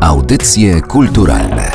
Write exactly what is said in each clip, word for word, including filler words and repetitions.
Audycje kulturalne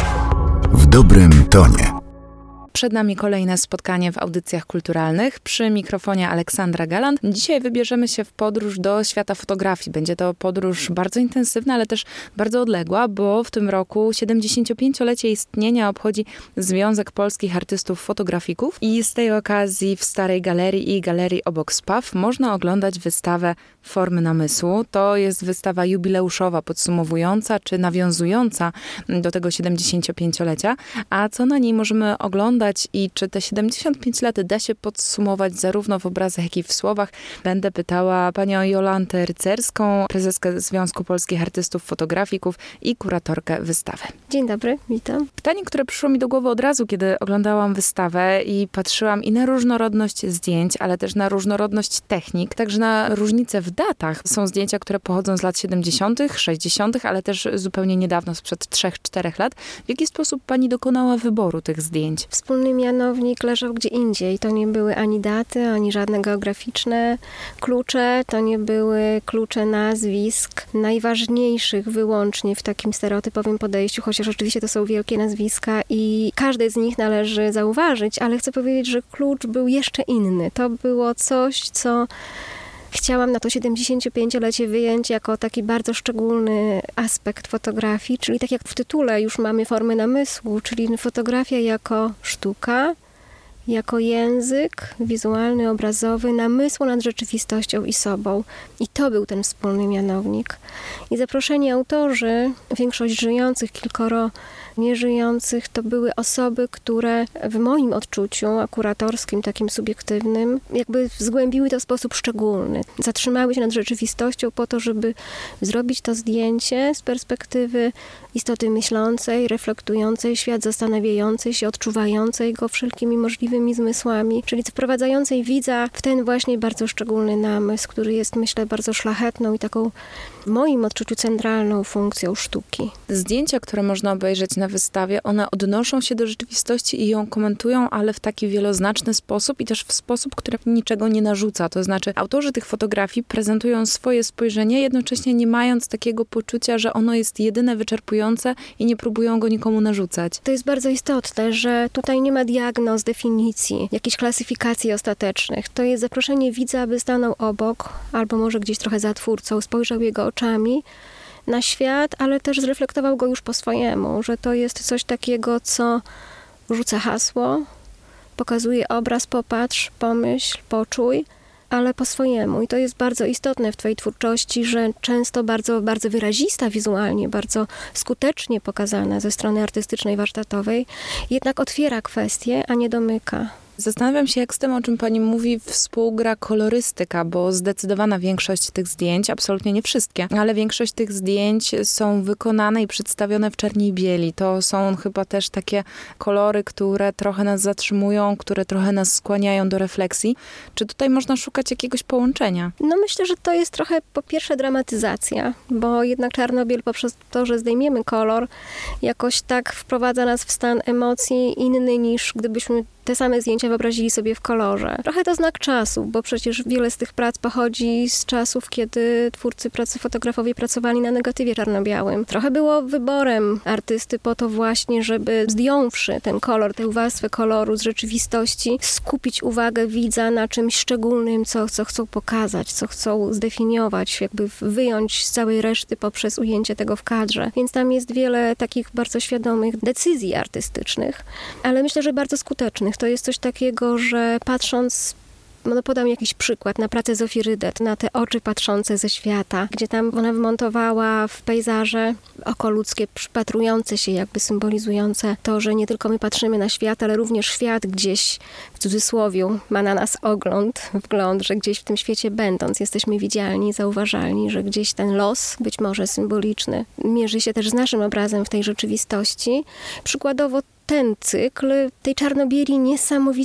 w dobrym tonie. Przed nami kolejne spotkanie w audycjach kulturalnych. Przy mikrofonie Aleksandra Galant. Dzisiaj wybierzemy się w podróż do świata fotografii. Będzie to podróż bardzo intensywna, ale też bardzo odległa, bo w tym roku siedemdziesięciopięciolecie istnienia obchodzi Związek Polskich Artystów Fotografików i z tej okazji w Starej Galerii i Galerii obok Spaw można oglądać wystawę Formy namysłu. To jest wystawa jubileuszowa, podsumowująca czy nawiązująca do tego siedemdziesięciopięciolecia. A co na niej możemy oglądać i czy te siedemdziesiąt pięć lat da się podsumować zarówno w obrazach, jak i w słowach, będę pytała panią Jolantę Rycerską, prezeskę Związku Polskich Artystów Fotografików i kuratorkę wystawy. Dzień dobry, witam. Pytanie, które przyszło mi do głowy od razu, kiedy oglądałam wystawę i patrzyłam i na różnorodność zdjęć, ale też na różnorodność technik, także na różnice w datach. Są zdjęcia, które pochodzą z lat siedemdziesiątych, sześćdziesiątych, ale też zupełnie niedawno, sprzed trzech czterech lat. W jaki sposób pani dokonała wyboru tych zdjęć? Wspólny mianownik leżał gdzie indziej. To nie były ani daty, ani żadne geograficzne klucze. To nie były klucze nazwisk najważniejszych wyłącznie w takim stereotypowym podejściu, chociaż oczywiście to są wielkie nazwiska i każde z nich należy zauważyć, ale chcę powiedzieć, że klucz był jeszcze inny. To było coś, co chciałam na to siedemdziesięciopięciolecie wyjąć jako taki bardzo szczególny aspekt fotografii, czyli tak jak w tytule już mamy formy namysłu, czyli fotografia jako sztuka, jako język wizualny, obrazowy, namysłu nad rzeczywistością i sobą. I to był ten wspólny mianownik. I zaproszeni autorzy, większość żyjących, kilkoro nieżyjących, to były osoby, które w moim odczuciu, a kuratorskim, takim subiektywnym, jakby zgłębiły to w sposób szczególny. Zatrzymały się nad rzeczywistością po to, żeby zrobić to zdjęcie z perspektywy istoty myślącej, reflektującej świat, zastanawiającej się, odczuwającej go wszelkimi możliwymi zmysłami, czyli wprowadzającej widza w ten właśnie bardzo szczególny namysł, który jest, myślę, bardzo szlachetną i taką w moim odczuciu centralną funkcją sztuki. Zdjęcia, które można obejrzeć na wystawie, one odnoszą się do rzeczywistości i ją komentują, ale w taki wieloznaczny sposób i też w sposób, który niczego nie narzuca. To znaczy, autorzy tych fotografii prezentują swoje spojrzenie, jednocześnie nie mając takiego poczucia, że ono jest jedyne, wyczerpujące i nie próbują go nikomu narzucać. To jest bardzo istotne, że tutaj nie ma diagnoz, definicji, jakichś klasyfikacji ostatecznych. To jest zaproszenie widza, aby stanął obok, albo może gdzieś trochę za twórcą, spojrzał jego oczami na świat, ale też zreflektował go już po swojemu, że to jest coś takiego, co rzuca hasło, pokazuje obraz, popatrz, pomyśl, poczuj, ale po swojemu. I to jest bardzo istotne w twojej twórczości, że często bardzo, bardzo wyrazista wizualnie, bardzo skutecznie pokazana ze strony artystycznej, warsztatowej, jednak otwiera kwestię, a nie domyka. Zastanawiam się, jak z tym, o czym pani mówi, współgra kolorystyka, bo zdecydowana większość tych zdjęć, absolutnie nie wszystkie, ale większość tych zdjęć są wykonane i przedstawione w czerni i bieli. To są chyba też takie kolory, które trochę nas zatrzymują, które trochę nas skłaniają do refleksji. Czy tutaj można szukać jakiegoś połączenia? No myślę, że to jest trochę po pierwsze dramatyzacja, bo jednak czarno-biel poprzez to, że zdejmiemy kolor, jakoś tak wprowadza nas w stan emocji inny niż gdybyśmy te same zdjęcia wyobrazili sobie w kolorze. Trochę to znak czasu, bo przecież wiele z tych prac pochodzi z czasów, kiedy twórcy pracy fotografowie pracowali na negatywie czarno-białym. Trochę było wyborem artysty po to właśnie, żeby zdjąwszy ten kolor, tę warstwę koloru z rzeczywistości, skupić uwagę widza na czymś szczególnym, co, co chcą pokazać, co chcą zdefiniować, jakby wyjąć z całej reszty poprzez ujęcie tego w kadrze. Więc tam jest wiele takich bardzo świadomych decyzji artystycznych, ale myślę, że bardzo skutecznych. To jest coś takiego, że patrząc, no podam jakiś przykład, na pracę Zofii Rydet, na te oczy patrzące ze świata, gdzie tam ona wymontowała w pejzaże oko ludzkie przypatrujące się, jakby symbolizujące to, że nie tylko my patrzymy na świat, ale również świat gdzieś, w cudzysłowiu, ma na nas ogląd, wgląd, że gdzieś w tym świecie będąc jesteśmy widzialni, zauważalni, że gdzieś ten los, być może symboliczny, mierzy się też z naszym obrazem w tej rzeczywistości. Przykładowo ten cykl tej czarno-bieli niesamowicie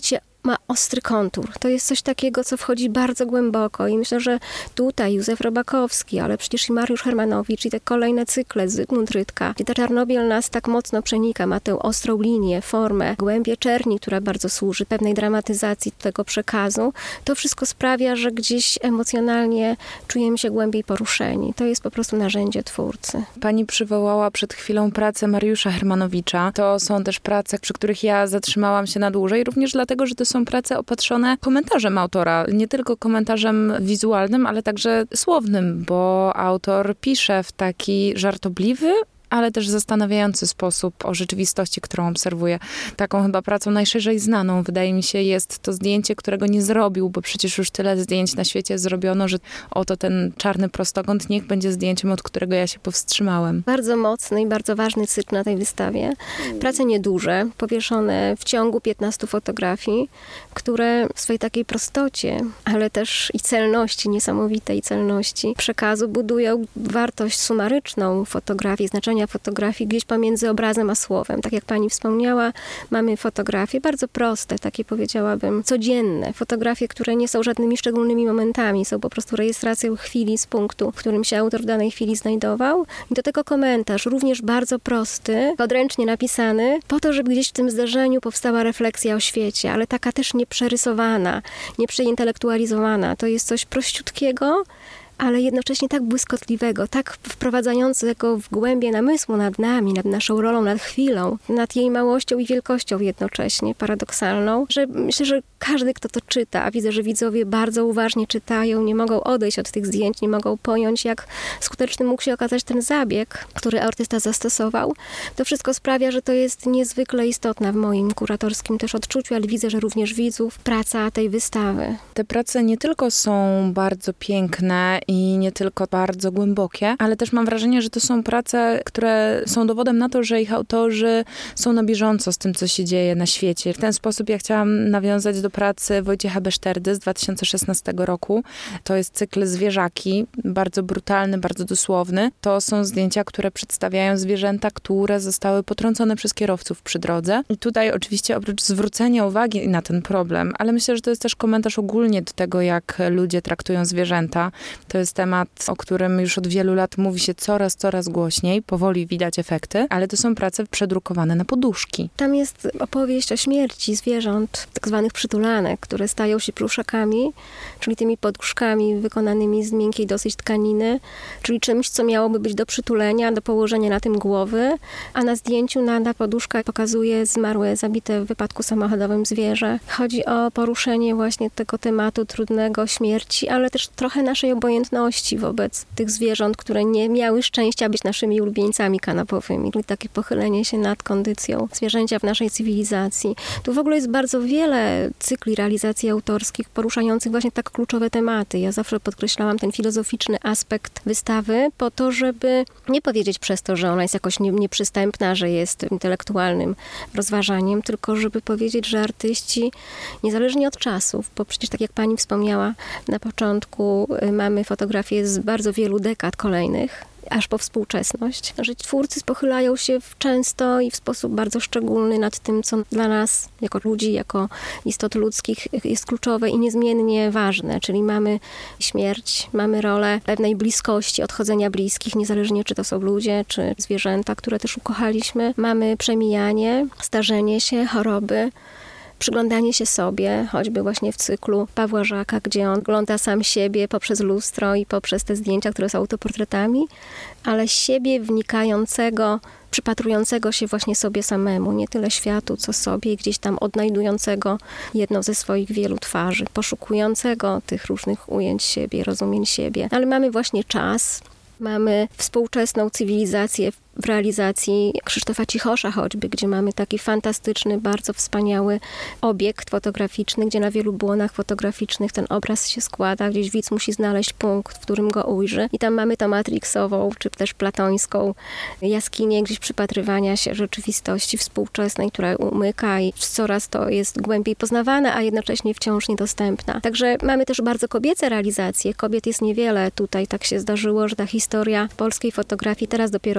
ma ostry kontur. To jest coś takiego, co wchodzi bardzo głęboko i myślę, że tutaj Józef Robakowski, ale przecież i Mariusz Hermanowicz i te kolejne cykle, Zygmunt Rydka, gdzie ta Czarnobiel nas tak mocno przenika, ma tę ostrą linię, formę, głębię czerni, która bardzo służy pewnej dramatyzacji tego przekazu. To wszystko sprawia, że gdzieś emocjonalnie czujemy się głębiej poruszeni. To jest po prostu narzędzie twórcy. Pani przywołała przed chwilą pracę Mariusza Hermanowicza. To są też prace, przy których ja zatrzymałam się na dłużej, również dlatego, że to są prace opatrzone komentarzem autora. Nie tylko komentarzem wizualnym, ale także słownym, bo autor pisze w taki żartobliwy, ale też zastanawiający sposób o rzeczywistości, którą obserwuję. Taką chyba pracą najszerzej znaną, wydaje mi się, jest to zdjęcie, którego nie zrobił, bo przecież już tyle zdjęć na świecie zrobiono, że oto ten czarny prostokąt niech będzie zdjęciem, od którego ja się powstrzymałem. Bardzo mocny i bardzo ważny cykl na tej wystawie. Prace nieduże, powieszone w ciągu piętnastu fotografii, które w swojej takiej prostocie, ale też i celności, niesamowitej celności przekazu budują wartość sumaryczną fotografii, znaczenia fotografii gdzieś pomiędzy obrazem a słowem. Tak jak pani wspomniała, mamy fotografie bardzo proste, takie powiedziałabym codzienne. Fotografie, które nie są żadnymi szczególnymi momentami, są po prostu rejestracją chwili z punktu, w którym się autor w danej chwili znajdował. I do tego komentarz, również bardzo prosty, odręcznie napisany, po to, żeby gdzieś w tym zdarzeniu powstała refleksja o świecie, ale taka też nieprzerysowana, nieprzeintelektualizowana. To jest coś prościutkiego, ale jednocześnie tak błyskotliwego, tak wprowadzającego w głębie namysłu nad nami, nad naszą rolą, nad chwilą, nad jej małością i wielkością jednocześnie, paradoksalną, że myślę, że każdy, kto to czyta, a widzę, że widzowie bardzo uważnie czytają, nie mogą odejść od tych zdjęć, nie mogą pojąć, jak skuteczny mógł się okazać ten zabieg, który artysta zastosował. To wszystko sprawia, że to jest niezwykle istotna w moim kuratorskim też odczuciu, ale widzę, że również widzów, praca tej wystawy. Te prace nie tylko są bardzo piękne i nie tylko bardzo głębokie, ale też mam wrażenie, że to są prace, które są dowodem na to, że ich autorzy są na bieżąco z tym, co się dzieje na świecie. W ten sposób ja chciałam nawiązać do pracy Wojciecha Beszterdy z dwa tysiące szesnastego roku. To jest cykl Zwierzaki, bardzo brutalny, bardzo dosłowny. To są zdjęcia, które przedstawiają zwierzęta, które zostały potrącone przez kierowców przy drodze. I tutaj oczywiście oprócz zwrócenia uwagi na ten problem, ale myślę, że to jest też komentarz ogólnie do tego, jak ludzie traktują zwierzęta. To jest temat, o którym już od wielu lat mówi się coraz, coraz głośniej. Powoli widać efekty, ale to są prace przedrukowane na poduszki. Tam jest opowieść o śmierci zwierząt, tak zwanych przytulanek, które stają się pluszakami, czyli tymi poduszkami wykonanymi z miękkiej dosyć tkaniny, czyli czymś, co miałoby być do przytulenia, do położenia na tym głowy, a na zdjęciu na, na poduszkach pokazuje zmarłe, zabite w wypadku samochodowym zwierzę. Chodzi o poruszenie właśnie tego tematu trudnego śmierci, ale też trochę naszej obojętności wobec tych zwierząt, które nie miały szczęścia być naszymi ulubieńcami kanapowymi, czyli takie pochylenie się nad kondycją zwierzęcia w naszej cywilizacji. Tu w ogóle jest bardzo wiele cykli realizacji autorskich poruszających właśnie tak kluczowe tematy. Ja zawsze podkreślałam ten filozoficzny aspekt wystawy po to, żeby nie powiedzieć przez to, że ona jest jakoś nie, nieprzystępna, że jest intelektualnym rozważaniem, tylko żeby powiedzieć, że artyści niezależnie od czasów, bo przecież tak jak pani wspomniała na początku, mamy fotografie z bardzo wielu dekad kolejnych, aż po współczesność, że twórcy pochylają się w często i w sposób bardzo szczególny nad tym, co dla nas, jako ludzi, jako istot ludzkich jest kluczowe i niezmiennie ważne, czyli mamy śmierć, mamy rolę pewnej bliskości, odchodzenia bliskich, niezależnie czy to są ludzie, czy zwierzęta, które też ukochaliśmy. Mamy przemijanie, starzenie się, choroby, przyglądanie się sobie, choćby właśnie w cyklu Pawła Żaka, gdzie on ogląda sam siebie poprzez lustro i poprzez te zdjęcia, które są autoportretami, ale siebie wnikającego, przypatrującego się właśnie sobie samemu, nie tyle światu, co sobie, gdzieś tam odnajdującego jedną ze swoich wielu twarzy, poszukującego tych różnych ujęć siebie, rozumień siebie. Ale mamy właśnie czas, mamy współczesną cywilizację w realizacji Krzysztofa Cichosza choćby, gdzie mamy taki fantastyczny, bardzo wspaniały obiekt fotograficzny, gdzie na wielu błonach fotograficznych ten obraz się składa, gdzieś widz musi znaleźć punkt, w którym go ujrzy. I tam mamy tą matrixową, czy też platońską jaskinię gdzieś przypatrywania się rzeczywistości współczesnej, która umyka i coraz to jest głębiej poznawane, a jednocześnie wciąż niedostępna. Także mamy też bardzo kobiece realizacje. Kobiet jest niewiele. Tutaj tak się zdarzyło, że ta historia polskiej fotografii teraz dopiero odkrywa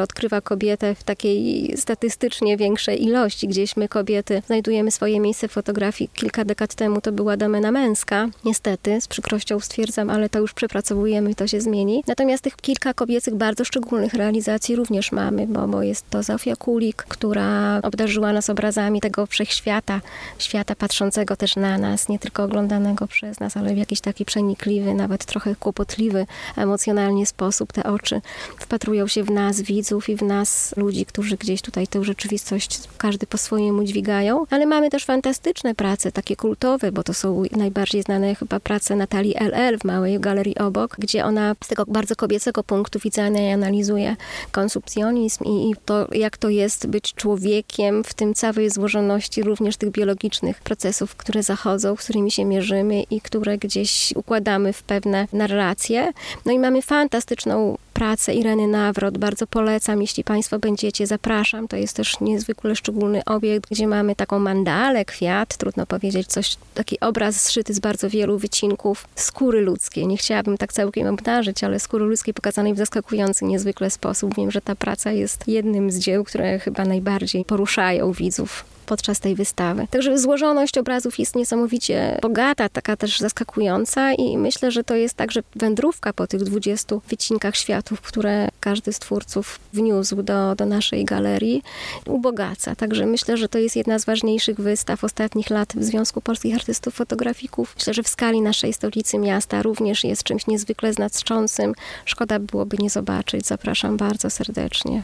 kobietę w takiej statystycznie większej ilości. Gdzieś my kobiety znajdujemy swoje miejsce w fotografii. Kilka dekad temu to była domena męska. Niestety, z przykrością stwierdzam, ale to już przepracowujemy i to się zmieni. Natomiast tych kilka kobiecych, bardzo szczególnych realizacji również mamy, bo, bo jest to Zofia Kulik, która obdarzyła nas obrazami tego wszechświata, świata patrzącego też na nas, nie tylko oglądanego przez nas, ale w jakiś taki przenikliwy, nawet trochę kłopotliwy emocjonalnie sposób. Te oczy wpatrują się w nas, widzów i w nas, ludzi, którzy gdzieś tutaj tę rzeczywistość każdy po swojemu dźwigają. Ale mamy też fantastyczne prace, takie kultowe, bo to są najbardziej znane chyba prace Natalii L L w małej galerii obok, gdzie ona z tego bardzo kobiecego punktu widzenia analizuje konsumpcjonizm i, i to, jak to jest być człowiekiem w tym całej złożoności również tych biologicznych procesów, które zachodzą, z którymi się mierzymy i które gdzieś układamy w pewne narracje. No i mamy fantastyczną pracę Ireny Nawrot. Bardzo polecam, jeśli Państwo będziecie, zapraszam. To jest też niezwykle szczególny obiekt, gdzie mamy taką mandalę, kwiat, trudno powiedzieć, coś, taki obraz zszyty z bardzo wielu wycinków skóry ludzkiej. Nie chciałabym tak całkiem obdarzyć, ale skóry ludzkiej pokazanej w zaskakujący, niezwykle sposób. Wiem, że ta praca jest jednym z dzieł, które chyba najbardziej poruszają widzów podczas tej wystawy. Także złożoność obrazów jest niesamowicie bogata, taka też zaskakująca i myślę, że to jest także wędrówka po tych dwudziestu wycinkach światów, które każdy z twórców wniósł do, do naszej galerii, ubogaca. Także myślę, że to jest jedna z ważniejszych wystaw ostatnich lat w Związku Polskich Artystów Fotografików. Myślę, że w skali naszej stolicy miasta również jest czymś niezwykle znaczącym. Szkoda byłoby nie zobaczyć. Zapraszam bardzo serdecznie.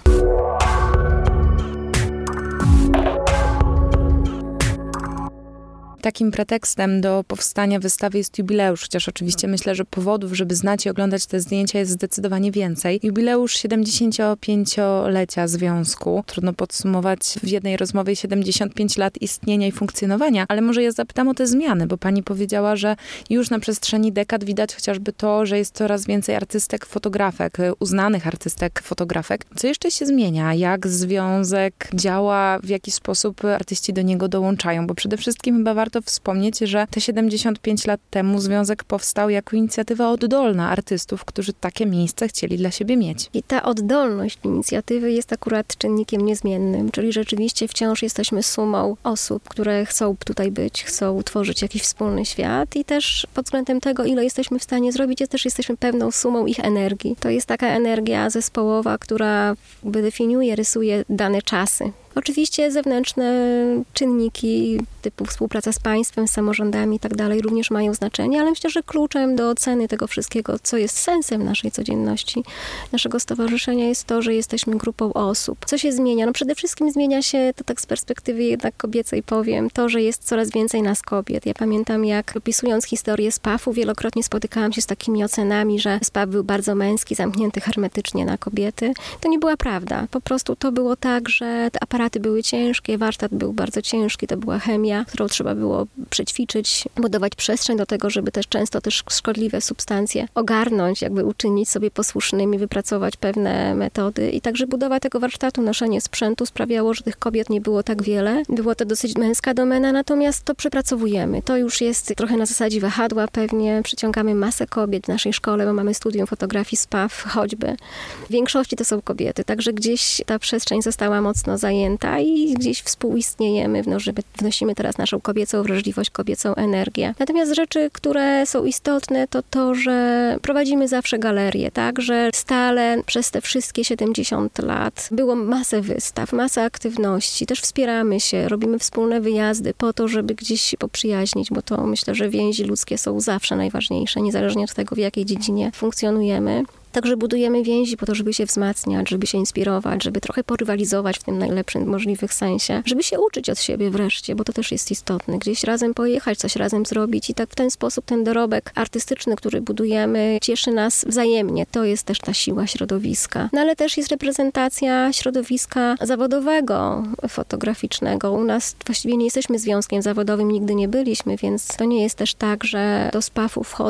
Takim pretekstem do powstania wystawy jest jubileusz, chociaż oczywiście myślę, że powodów, żeby znać i oglądać te zdjęcia jest zdecydowanie więcej. Jubileusz siedemdziesięciopięciolecia związku. Trudno podsumować w jednej rozmowie siedemdziesiąt pięć lat istnienia i funkcjonowania, ale może ja zapytam o te zmiany, bo pani powiedziała, że już na przestrzeni dekad widać chociażby to, że jest coraz więcej artystek, fotografek, uznanych artystek, fotografek. Co jeszcze się zmienia? Jak związek działa? W jaki sposób artyści do niego dołączają? Bo przede wszystkim chyba warto Warto wspomnieć, że te siedemdziesiąt pięć lat temu związek powstał jako inicjatywa oddolna artystów, którzy takie miejsce chcieli dla siebie mieć. I ta oddolność inicjatywy jest akurat czynnikiem niezmiennym, czyli rzeczywiście wciąż jesteśmy sumą osób, które chcą tutaj być, chcą tworzyć jakiś wspólny świat i też pod względem tego, ile jesteśmy w stanie zrobić, też jesteśmy pewną sumą ich energii. To jest taka energia zespołowa, która jakby definiuje, rysuje dane czasy. Oczywiście zewnętrzne czynniki typu współpraca z państwem, z samorządami i tak dalej również mają znaczenie, ale myślę, że kluczem do oceny tego wszystkiego, co jest sensem naszej codzienności, naszego stowarzyszenia jest to, że jesteśmy grupą osób. Co się zmienia? No przede wszystkim zmienia się, to tak z perspektywy jednak kobiecej powiem, to, że jest coraz więcej nas kobiet. Ja pamiętam, jak opisując historię S P A F-u, wielokrotnie spotykałam się z takimi ocenami, że S P A F był bardzo męski, zamknięty hermetycznie na kobiety. To nie była prawda. Po prostu to było tak, że te aparaty były ciężkie, warsztat był bardzo ciężki, to była chemia, którą trzeba było przećwiczyć, budować przestrzeń do tego, żeby też często też szkodliwe substancje ogarnąć, jakby uczynić sobie posłusznymi, wypracować pewne metody i także budowa tego warsztatu, noszenie sprzętu sprawiało, że tych kobiet nie było tak wiele. Było to dosyć męska domena, natomiast to przepracowujemy. To już jest trochę na zasadzie wahadła pewnie, przyciągamy masę kobiet w naszej szkole, bo mamy studium fotografii S P A F choćby. W większości to są kobiety, także gdzieś ta przestrzeń została mocno zajęta i gdzieś współistniejemy, wnosimy, wnosimy teraz naszą kobiecą wrażliwość, kobiecą energię. Natomiast rzeczy, które są istotne, to to, że prowadzimy zawsze galerię, tak, że stale przez te wszystkie siedemdziesiąt lat było masę wystaw, masę aktywności, też wspieramy się, robimy wspólne wyjazdy po to, żeby gdzieś się poprzyjaźnić, bo to myślę, że więzi ludzkie są zawsze najważniejsze, niezależnie od tego, w jakiej dziedzinie funkcjonujemy. Także budujemy więzi po to, żeby się wzmacniać, żeby się inspirować, żeby trochę porywalizować w tym najlepszym możliwym sensie, żeby się uczyć od siebie wreszcie, bo to też jest istotne. Gdzieś razem pojechać, coś razem zrobić i tak w ten sposób ten dorobek artystyczny, który budujemy, cieszy nas wzajemnie. To jest też ta siła środowiska. No ale też jest reprezentacja środowiska zawodowego, fotograficznego. U nas właściwie nie jesteśmy związkiem zawodowym, nigdy nie byliśmy, więc to nie jest też tak, że do S P A F-u wchodzą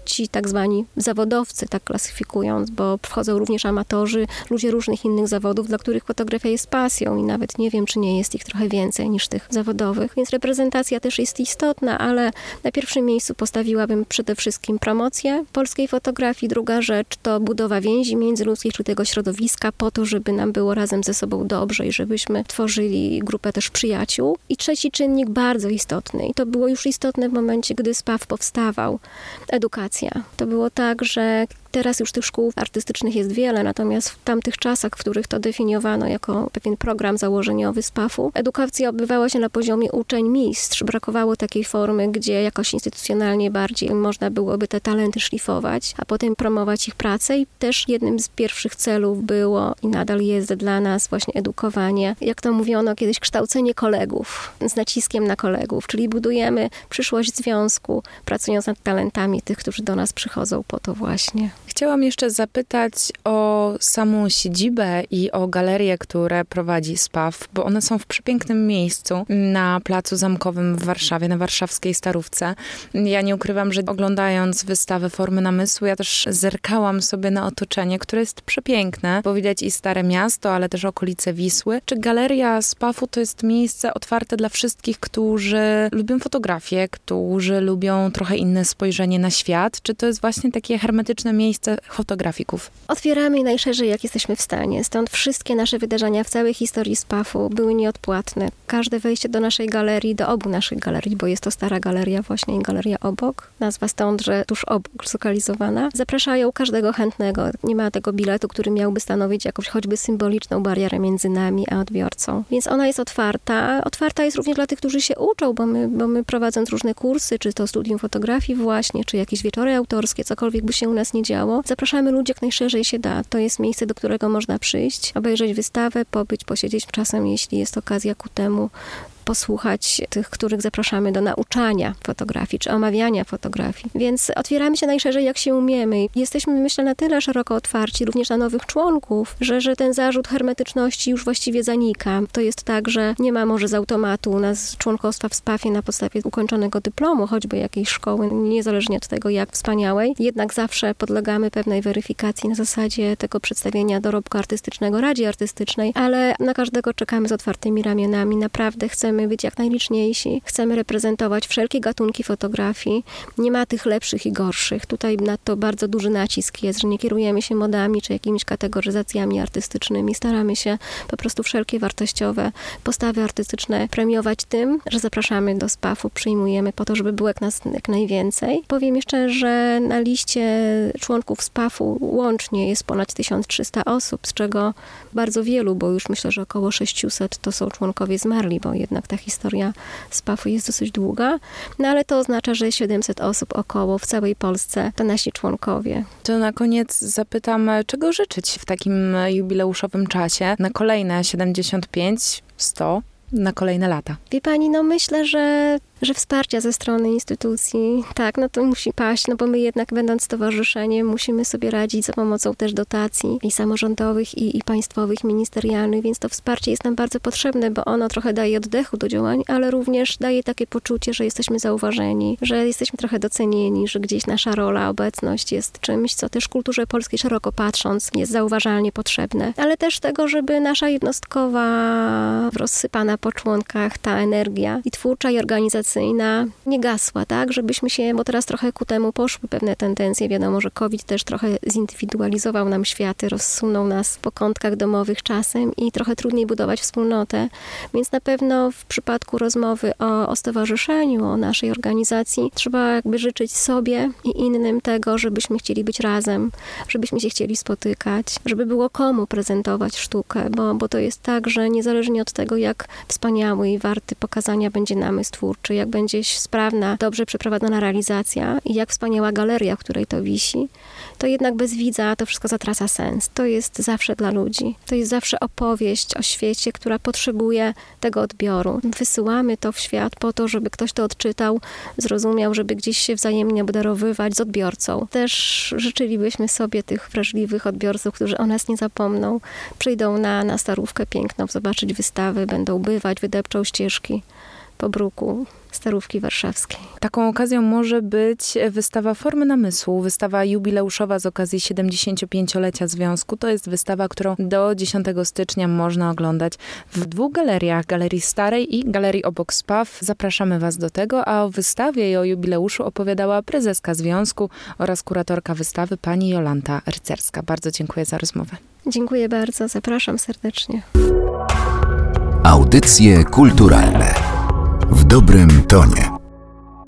ci tak zwani zawodowcy, tak klasyfikując, bo wchodzą również amatorzy, ludzie różnych innych zawodów, dla których fotografia jest pasją i nawet nie wiem, czy nie jest ich trochę więcej niż tych zawodowych. Więc reprezentacja też jest istotna, ale na pierwszym miejscu postawiłabym przede wszystkim promocję polskiej fotografii. Druga rzecz to budowa więzi międzyludzkich, czy tego środowiska po to, żeby nam było razem ze sobą dobrze i żebyśmy tworzyli grupę też przyjaciół. I trzeci czynnik bardzo istotny i to było już istotne w momencie, gdy SPAW powstawał. Edukacja. To było tak, że teraz już tych szkół artystycznych jest wiele, natomiast w tamtych czasach, w których to definiowano jako pewien program założeniowy SPAW-u, edukacja odbywała się na poziomie uczeń-mistrz. Brakowało takiej formy, gdzie jakoś instytucjonalnie bardziej można byłoby te talenty szlifować, a potem promować ich pracę i też jednym z pierwszych celów było i nadal jest dla nas właśnie edukowanie, jak to mówiono kiedyś, kształcenie kolegów, z naciskiem na kolegów, czyli budujemy przyszłość związku, pracując nad talentami tych, którzy do nas przychodzą po to właśnie. Chciałam jeszcze zapytać o samą siedzibę i o galerie, które prowadzi SPAW, bo one są w przepięknym miejscu na Placu Zamkowym w Warszawie, na warszawskiej Starówce. Ja nie ukrywam, że oglądając wystawę Formy Namysłu, ja też zerkałam sobie na otoczenie, które jest przepiękne, bo widać i Stare Miasto, ale też okolice Wisły. Czy galeria SPAW-u to jest miejsce otwarte dla wszystkich, którzy lubią fotografię, którzy lubią trochę inne spojrzenie na świat? Czy to jest właśnie takie hermetyczne miejsce fotografików? Otwieramy najszerzej, jak jesteśmy w stanie. Stąd wszystkie nasze wydarzenia w całej historii SPAW-u były nieodpłatne. Każde wejście do naszej galerii, do obu naszych galerii, bo jest to stara galeria właśnie i galeria obok, nazwa stąd, że tuż obok zlokalizowana, zapraszają każdego chętnego. Nie ma tego biletu, który miałby stanowić jakąś choćby symboliczną barierę między nami a odbiorcą. Więc ona jest otwarta. Otwarta jest również dla tych, którzy się uczą, bo my, bo my prowadząc różne kursy, czy to studium fotografii właśnie, czy jakieś wieczory autorskie, cokolwiek by się u nas nie działo, zapraszamy ludzi jak najszerzej się da. To jest miejsce, do którego można przyjść, obejrzeć wystawę, pobyć, posiedzieć czasem, jeśli jest okazja ku temu, posłuchać tych, których zapraszamy do nauczania fotografii, czy omawiania fotografii. Więc otwieramy się najszerzej, jak się umiemy. Jesteśmy, myślę, na tyle szeroko otwarci, również na nowych członków, że, że ten zarzut hermetyczności już właściwie zanika. To jest tak, że nie ma może z automatu u nas członkostwa w SPAW-ie na podstawie ukończonego dyplomu, choćby jakiejś szkoły, niezależnie od tego, jak wspaniałej. Jednak zawsze podlegamy pewnej weryfikacji na zasadzie tego przedstawienia dorobku artystycznego Radzie Artystycznej, ale na każdego czekamy z otwartymi ramionami. Naprawdę chcemy być jak najliczniejsi. Chcemy reprezentować wszelkie gatunki fotografii. Nie ma tych lepszych i gorszych. Tutaj na to bardzo duży nacisk jest, że nie kierujemy się modami czy jakimiś kategoryzacjami artystycznymi. Staramy się po prostu wszelkie wartościowe postawy artystyczne premiować tym, że zapraszamy do SPAW-u, przyjmujemy po to, żeby było jak nas jak najwięcej. Powiem jeszcze, że na liście członków SPAW-u łącznie jest ponad tysiąc trzysta osób, z czego bardzo wielu, bo już myślę, że około sześćset to są członkowie zmarli, bo jednak ta historia SPAW-u jest dosyć długa, no ale to oznacza, że siedemset osób około w całej Polsce to nasi członkowie. To na koniec zapytam, czego życzyć w takim jubileuszowym czasie na kolejne siedemdziesiąt pięć, sto, na kolejne lata? Wie pani, no myślę, że że wsparcia ze strony instytucji, tak, no to musi paść, no bo my jednak będąc stowarzyszeniem musimy sobie radzić za pomocą też dotacji i samorządowych, i, i państwowych, ministerialnych, więc to wsparcie jest nam bardzo potrzebne, bo ono trochę daje oddechu do działań, ale również daje takie poczucie, że jesteśmy zauważeni, że jesteśmy trochę docenieni, że gdzieś nasza rola, obecność jest czymś, co też w kulturze polskiej szeroko patrząc jest zauważalnie potrzebne, ale też tego, żeby nasza jednostkowa, rozsypana po członkach ta energia i twórcza i organizacyjna nie gasła, tak, żebyśmy się, bo teraz trochę ku temu poszły pewne tendencje, wiadomo, że COVID też trochę zindywidualizował nam światy, rozsunął nas po kątkach domowych czasem i trochę trudniej budować wspólnotę, więc na pewno w przypadku rozmowy o, o stowarzyszeniu, o naszej organizacji, trzeba jakby życzyć sobie i innym tego, żebyśmy chcieli być razem, żebyśmy się chcieli spotykać, żeby było komu prezentować sztukę, bo, bo to jest tak, że niezależnie od tego, jak wspaniały i warty pokazania będzie namysł twórczy, jak będzie sprawna, dobrze przeprowadzona realizacja i jak wspaniała galeria, w której to wisi, to jednak bez widza to wszystko zatraca sens. To jest zawsze dla ludzi. To jest zawsze opowieść o świecie, która potrzebuje tego odbioru. Wysyłamy to w świat po to, żeby ktoś to odczytał, zrozumiał, żeby gdzieś się wzajemnie obdarowywać z odbiorcą. Też życzylibyśmy sobie tych wrażliwych odbiorców, którzy o nas nie zapomną, przyjdą na, na Starówkę piękną, zobaczyć wystawy, będą bywać, wydepczą ścieżki. po bruku Starówki Warszawskiej. Taką okazją może być wystawa Formy namysłu, wystawa jubileuszowa z okazji siedemdziesięciopięciolecia Związku. To jest wystawa, którą do dziesiątego stycznia można oglądać w dwóch galeriach, Galerii Starej i Galerii obok Spaw. Zapraszamy Was do tego, a o wystawie i o jubileuszu opowiadała prezeska Związku oraz kuratorka wystawy pani Jolanta Rycerska. Bardzo dziękuję za rozmowę. Dziękuję bardzo, zapraszam serdecznie. Audycje kulturalne w dobrym tonie.